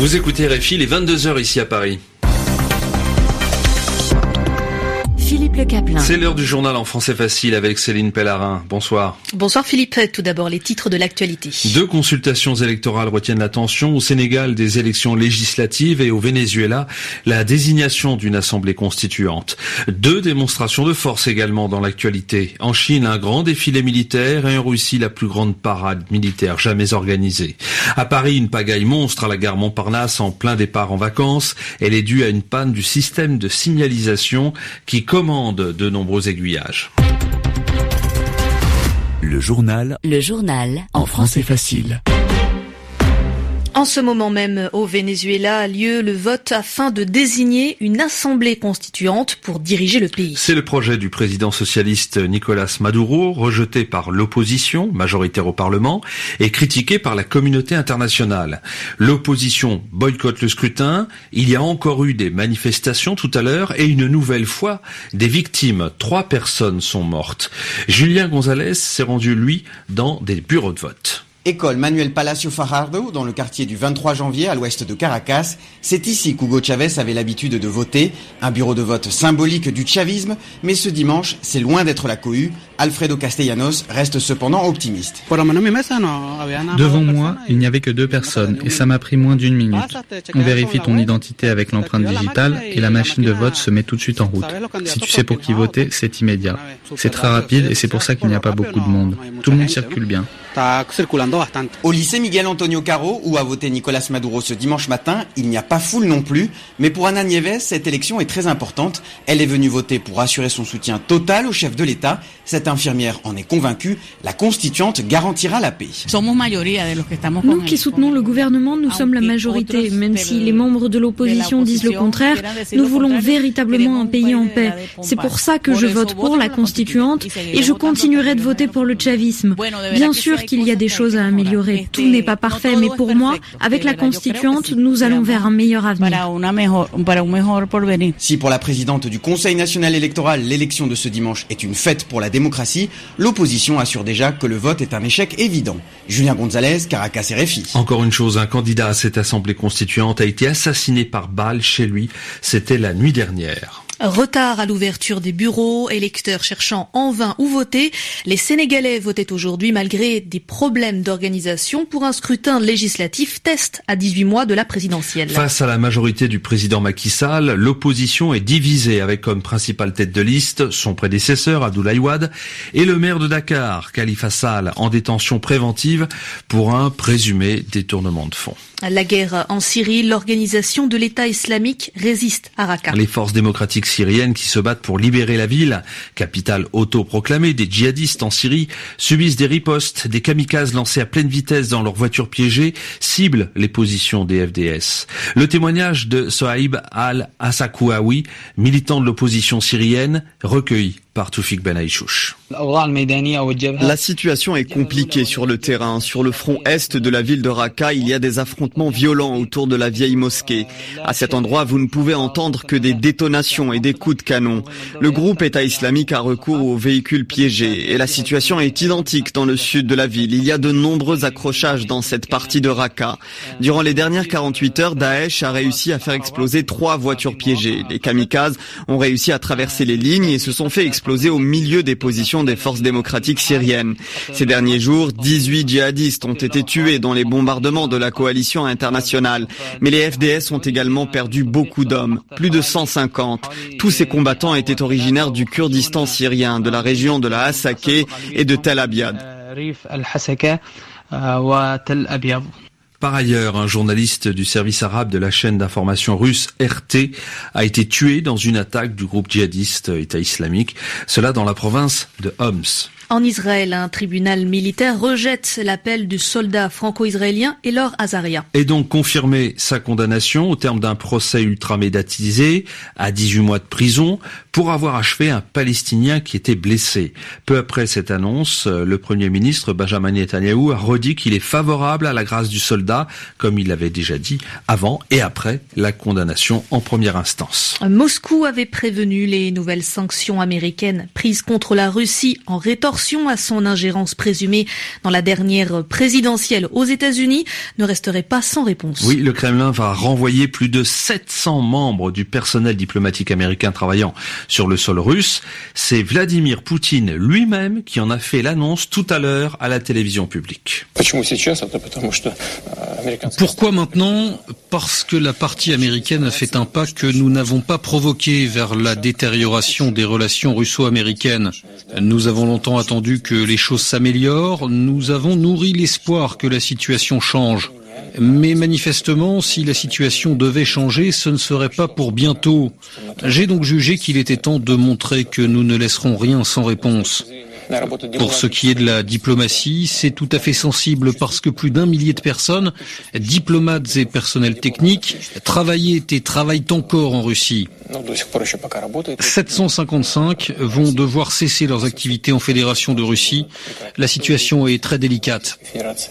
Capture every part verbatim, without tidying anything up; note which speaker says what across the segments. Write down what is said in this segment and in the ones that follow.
Speaker 1: Vous écoutez R F I, les vingt-deux heures ici à Paris.
Speaker 2: Philippe Le Caplin.
Speaker 1: C'est l'heure du journal en français facile avec Céline Pellarin. Bonsoir.
Speaker 2: Bonsoir Philippe. Tout d'abord les titres de l'actualité.
Speaker 1: Deux consultations électorales retiennent l'attention. Au Sénégal, des élections législatives et au Venezuela, la désignation d'une assemblée constituante. Deux démonstrations de force également dans l'actualité. En Chine, un grand défilé militaire et en Russie, la plus grande parade militaire jamais organisée. À Paris, une pagaille monstre à la gare Montparnasse en plein départ en vacances. Elle est due à une panne du système de signalisation qui commande de nombreux aiguillages.
Speaker 3: Le journal.
Speaker 2: Le journal.
Speaker 3: En français facile.
Speaker 2: En ce moment même, au Venezuela, a lieu le vote afin de désigner une assemblée constituante pour diriger le pays.
Speaker 1: C'est le projet du président socialiste Nicolás Maduro, rejeté par l'opposition, majoritaire au Parlement, et critiqué par la communauté internationale. L'opposition boycotte le scrutin. Il y a encore eu des manifestations tout à l'heure et une nouvelle fois, des victimes. Trois personnes sont mortes. Julien González s'est rendu, lui, dans des bureaux de vote.
Speaker 4: École Manuel Palacio Fajardo, dans le quartier du vingt-trois janvier à l'ouest de Caracas. C'est ici qu'Hugo Chavez avait l'habitude de voter. Un bureau de vote symbolique du chavisme. Mais ce dimanche, c'est loin d'être la cohue. Alfredo Castellanos reste cependant optimiste.
Speaker 5: Devant moi, il n'y avait que deux personnes et ça m'a pris moins d'une minute. On vérifie ton identité avec l'empreinte digitale et la machine de vote se met tout de suite en route. Si tu sais pour qui voter, c'est immédiat. C'est très rapide et c'est pour ça qu'il n'y a pas beaucoup de monde. Tout le monde circule bien.
Speaker 4: Au lycée Miguel Antonio Caro, où a voté Nicolás Maduro ce dimanche matin, il n'y a pas foule non plus. Mais pour Ana Nieves, cette élection est très importante. Elle est venue voter pour assurer son soutien total au chef de l'État. Cette infirmière en est convaincue. La constituante garantira la paix.
Speaker 6: Nous qui soutenons le gouvernement, nous sommes la majorité. Même si les membres de l'opposition disent le contraire, nous voulons véritablement un pays en paix. C'est pour ça que je vote pour la constituante et je continuerai de voter pour le chavisme. Bien sûr qu'il y a des choses à améliorer. Tout n'est pas parfait, mais pour moi, avec la constituante, nous allons vers un meilleur avenir.
Speaker 4: Si pour la présidente du Conseil national électoral, l'élection de ce dimanche est une fête pour la démocratie, l'opposition assure déjà que le vote est un échec évident. Julien González, Caracas R F I.
Speaker 1: Encore une chose, un candidat à cette assemblée constituante a été assassiné par balle chez lui. C'était la nuit dernière.
Speaker 2: Retard à l'ouverture des bureaux, électeurs cherchant en vain où voter. Les Sénégalais votaient aujourd'hui malgré des problèmes d'organisation pour un scrutin législatif test à dix-huit mois de la présidentielle.
Speaker 1: Face à la majorité du président Macky Sall, l'opposition est divisée avec comme principale tête de liste son prédécesseur Abdoulaye Wade et le maire de Dakar, Khalifa Sall, en détention préventive pour un présumé détournement de fonds.
Speaker 2: La guerre en Syrie, l'organisation de l'État islamique résiste à Raqqa.
Speaker 1: Les forces démocratiques syriennes qui se battent pour libérer la ville, capitale autoproclamée des djihadistes en Syrie, subissent des ripostes. Des kamikazes lancés à pleine vitesse dans leurs voitures piégées ciblent les positions des F D S. Le témoignage de Sohaib al-Assakouaoui, militant de l'opposition syrienne, recueilli par Toufik Ben Aïchouch.
Speaker 7: La situation est compliquée sur le terrain. Sur le front est de la ville de Raqqa, il y a des affrontements violents autour de la vieille mosquée. À cet endroit, vous ne pouvez entendre que des détonations et des coups de canon. Le groupe État islamique a recours aux véhicules piégés et la situation est identique dans le sud de la ville. Il y a de nombreux accrochages dans cette partie de Raqqa. Durant les dernières quarante-huit heures, Daesh a réussi à faire exploser trois voitures piégées. Les kamikazes ont réussi à traverser les lignes et se sont fait exploser au milieu des positions des forces démocratiques syriennes. Ces derniers jours, dix-huit djihadistes ont été tués dans les bombardements de la coalition internationale. Mais les F D S ont également perdu beaucoup d'hommes, plus de cent cinquante. Tous ces combattants étaient originaires du Kurdistan syrien, de la région de la Hasakeh et de Tel Abyad.
Speaker 1: Par ailleurs, un journaliste du service arabe de la chaîne d'information russe R T a été tué dans une attaque du groupe djihadiste État islamique, cela dans la province de Homs.
Speaker 2: En Israël, un tribunal militaire rejette l'appel du soldat franco-israélien Elor Azaria.
Speaker 1: Et donc confirmer sa condamnation au terme d'un procès ultra-médiatisé à dix-huit mois de prison pour avoir achevé un Palestinien qui était blessé. Peu après cette annonce, le Premier ministre Benjamin Netanyahou a redit qu'il est favorable à la grâce du soldat, comme il l'avait déjà dit avant et après la condamnation en première instance.
Speaker 2: Moscou avait prévenu les nouvelles sanctions américaines prises contre la Russie en rétorsion torsion à son ingérence présumée dans la dernière présidentielle aux États-Unis ne resterait pas sans réponse.
Speaker 1: Oui, le Kremlin va renvoyer plus de sept cents membres du personnel diplomatique américain travaillant sur le sol russe. C'est Vladimir Poutine lui-même qui en a fait l'annonce tout à l'heure à la télévision publique.
Speaker 8: Pourquoi maintenant ? Parce que la partie américaine a fait un pas que nous n'avons pas provoqué vers la détérioration des relations russo-américaines. Nous avons longtemps attendu que les choses s'améliorent, nous avons nourri l'espoir que la situation change. Mais manifestement, si la situation devait changer, ce ne serait pas pour bientôt. J'ai donc jugé qu'il était temps de montrer que nous ne laisserons rien sans réponse. Pour ce qui est de la diplomatie, c'est tout à fait sensible parce que plus d'un millier de personnes, diplomates et personnels techniques, travaillaient et travaillent encore en Russie. sept cent cinquante-cinq vont devoir cesser leurs activités en Fédération de Russie. La situation est très délicate.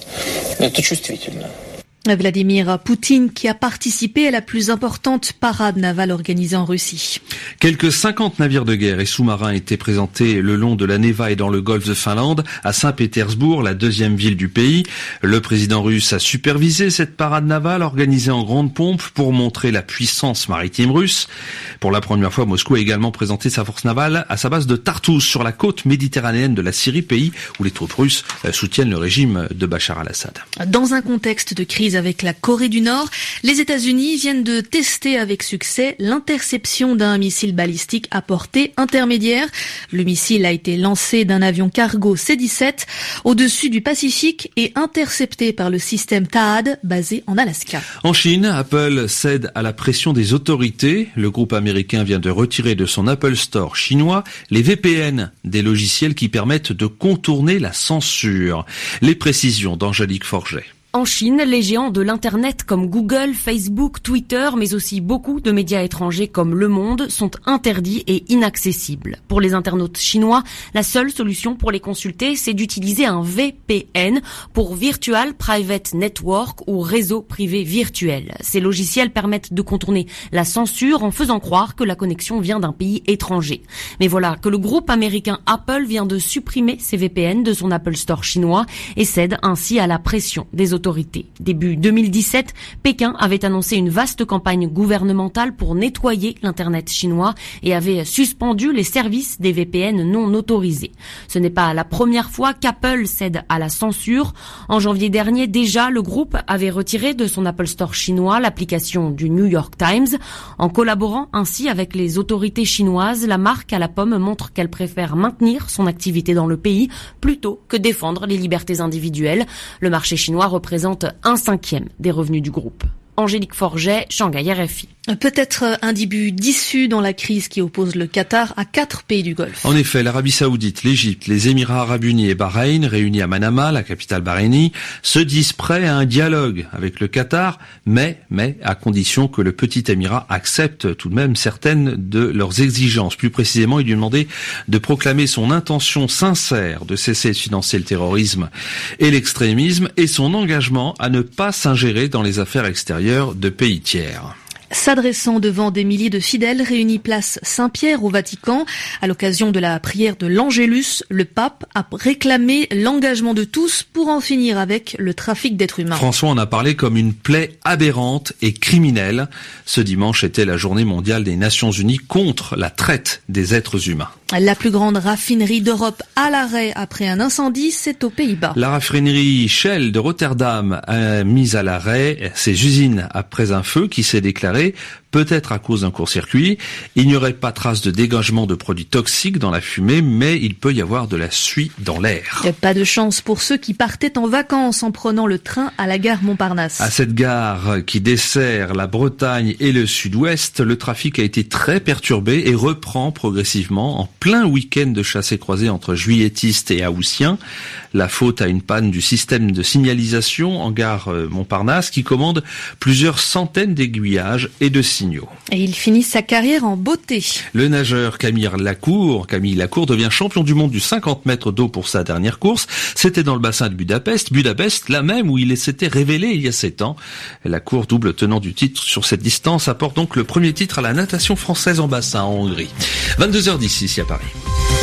Speaker 2: Vladimir Poutine qui a participé à la plus importante parade navale organisée en Russie.
Speaker 1: Quelques cinquante navires de guerre et sous-marins étaient présentés le long de la Neva et dans le golfe de Finlande, à Saint-Pétersbourg, la deuxième ville du pays. Le président russe a supervisé cette parade navale organisée en grande pompe pour montrer la puissance maritime russe. Pour la première fois, Moscou a également présenté sa force navale à sa base de Tartous sur la côte méditerranéenne de la Syrie, pays où les troupes russes soutiennent le régime de Bachar al-Assad.
Speaker 2: Dans un contexte de crise avec la Corée du Nord, les États-Unis viennent de tester avec succès l'interception d'un missile balistique à portée intermédiaire. Le missile a été lancé d'un avion cargo C dix-sept au-dessus du Pacifique et intercepté par le système Thaad basé en Alaska.
Speaker 1: En Chine, Apple cède à la pression des autorités. Le groupe américain vient de retirer de son Apple Store chinois les V P N, des logiciels qui permettent de contourner la censure. Les précisions d'Angélique Forget.
Speaker 9: En Chine, les géants de l'Internet comme Google, Facebook, Twitter, mais aussi beaucoup de médias étrangers comme Le Monde sont interdits et inaccessibles. Pour les internautes chinois, la seule solution pour les consulter, c'est d'utiliser un V P N pour Virtual Private Network ou réseau privé virtuel. Ces logiciels permettent de contourner la censure en faisant croire que la connexion vient d'un pays étranger. Mais voilà que le groupe américain Apple vient de supprimer ces V P N de son Apple Store chinois et cède ainsi à la pression des autorités. Début deux mille dix-sept, Pékin avait annoncé une vaste campagne gouvernementale pour nettoyer l'Internet chinois et avait suspendu les services des V P N non autorisés. Ce n'est pas la première fois qu'Apple cède à la censure. En janvier dernier, déjà, le groupe avait retiré de son Apple Store chinois l'application du New York Times. En collaborant ainsi avec les autorités chinoises, la marque à la pomme montre qu'elle préfère maintenir son activité dans le pays plutôt que défendre les libertés individuelles. Le marché chinois représente représente un cinquième des revenus du groupe. Angélique Forget, Shanghai R F I.
Speaker 2: Peut-être un début d'issue dans la crise qui oppose le Qatar à quatre pays du Golfe.
Speaker 1: En effet, l'Arabie Saoudite, l'Égypte, les Émirats Arabes Unis et Bahreïn, réunis à Manama, la capitale bahreïnie, se disent prêts à un dialogue avec le Qatar, mais, mais, à condition que le petit Émirat accepte tout de même certaines de leurs exigences. Plus précisément, il lui demandait de proclamer son intention sincère de cesser de financer le terrorisme et l'extrémisme et son engagement à ne pas s'ingérer dans les affaires extérieures de pays tiers.
Speaker 2: S'adressant devant des milliers de fidèles réunis place Saint-Pierre au Vatican, à l'occasion de la prière de l'Angélus, le pape a réclamé l'engagement de tous pour en finir avec le trafic d'êtres humains.
Speaker 1: François en a parlé comme une plaie aberrante et criminelle. Ce dimanche était la journée mondiale des Nations Unies contre la traite des êtres humains.
Speaker 2: La plus grande raffinerie d'Europe à l'arrêt après un incendie, c'est aux Pays-Bas.
Speaker 1: La raffinerie Shell de Rotterdam a mis à l'arrêt ses usines après un feu qui s'est déclaré, peut-être à cause d'un court-circuit. Il n'y aurait pas trace de dégagement de produits toxiques dans la fumée, mais il peut y avoir de la suie dans l'air.
Speaker 2: Pas de chance pour ceux qui partaient en vacances en prenant le train à la gare Montparnasse.
Speaker 1: À cette gare qui dessert la Bretagne et le sud-ouest, le trafic a été très perturbé et reprend progressivement en plein week-end de chassés-croisés entre juilletistes et haussiens. La faute à une panne du système de signalisation en gare Montparnasse qui commande plusieurs centaines d'aiguillages et de signaux.
Speaker 2: Et il finit sa carrière en beauté.
Speaker 1: Le nageur Camille Lacour, Camille Lacour devient champion du monde du cinquante mètres d'eau pour sa dernière course. C'était dans le bassin de Budapest. Budapest, là même où il s'était révélé il y a sept ans. Lacour, double tenant du titre sur cette distance, apporte donc le premier titre à la natation française en bassin en Hongrie. vingt-deux heures dix ici à Paris.